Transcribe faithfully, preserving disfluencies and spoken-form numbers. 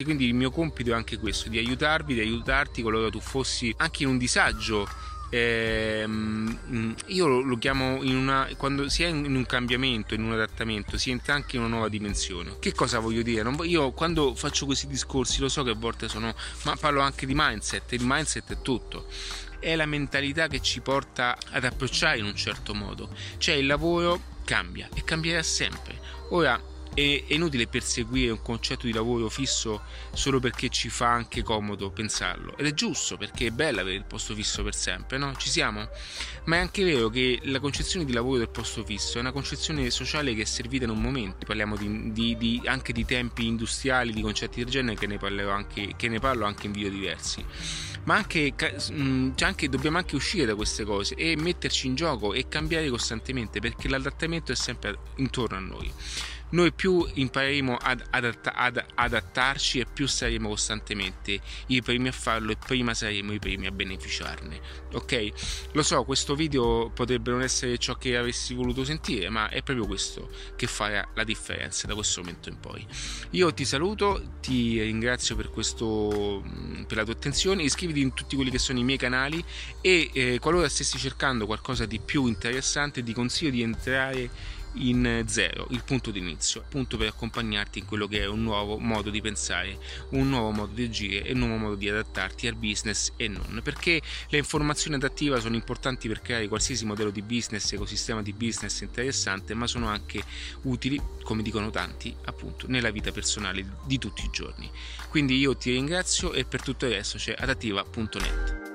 Quindi il mio compito è anche questo, di aiutarvi, di aiutarti qualora tu fossi anche in un disagio. Ehm, io lo, lo chiamo in una, quando si è in un cambiamento, in un adattamento, si entra anche in una nuova dimensione. Che cosa voglio dire? Non, io quando faccio questi discorsi lo so che a volte sono, ma parlo anche di mindset. Il mindset è tutto, è la mentalità che ci porta ad approcciare in un certo modo. Cioè il lavoro cambia e cambierà sempre. Ora è inutile perseguire un concetto di lavoro fisso solo perché ci fa anche comodo pensarlo, ed è giusto, perché è bello avere il posto fisso per sempre, no? Ci siamo? Ma è anche vero che la concezione di lavoro del posto fisso è una concezione sociale che è servita in un momento. Parliamo di, di, di, anche di tempi industriali, di concetti del genere, che ne parlerò anche, che ne parlo anche in video diversi. Ma anche, cioè anche dobbiamo anche uscire da queste cose e metterci in gioco e cambiare costantemente, perché l'adattamento è sempre intorno a noi. Noi più impareremo ad, adatta, ad adattarci e più saremo costantemente i primi a farlo e prima saremo i primi a beneficiarne. Ok? Lo so, questo video potrebbe non essere ciò che avresti voluto sentire, ma è proprio questo che farà la differenza da questo momento in poi. Io ti saluto, ti ringrazio per questo, per la tua attenzione. Iscriviti in tutti quelli che sono i miei canali e eh, qualora stessi cercando qualcosa di più interessante, ti consiglio di entrare in Zero, il punto di inizio, appunto per accompagnarti in quello che è un nuovo modo di pensare, un nuovo modo di agire e un nuovo modo di adattarti al business e non, perché le informazioni adattive sono importanti per creare qualsiasi modello di business, ecosistema di business interessante, ma sono anche utili, come dicono tanti, appunto nella vita personale di tutti i giorni. Quindi io ti ringrazio e per tutto il resto c'è adattiva punto net.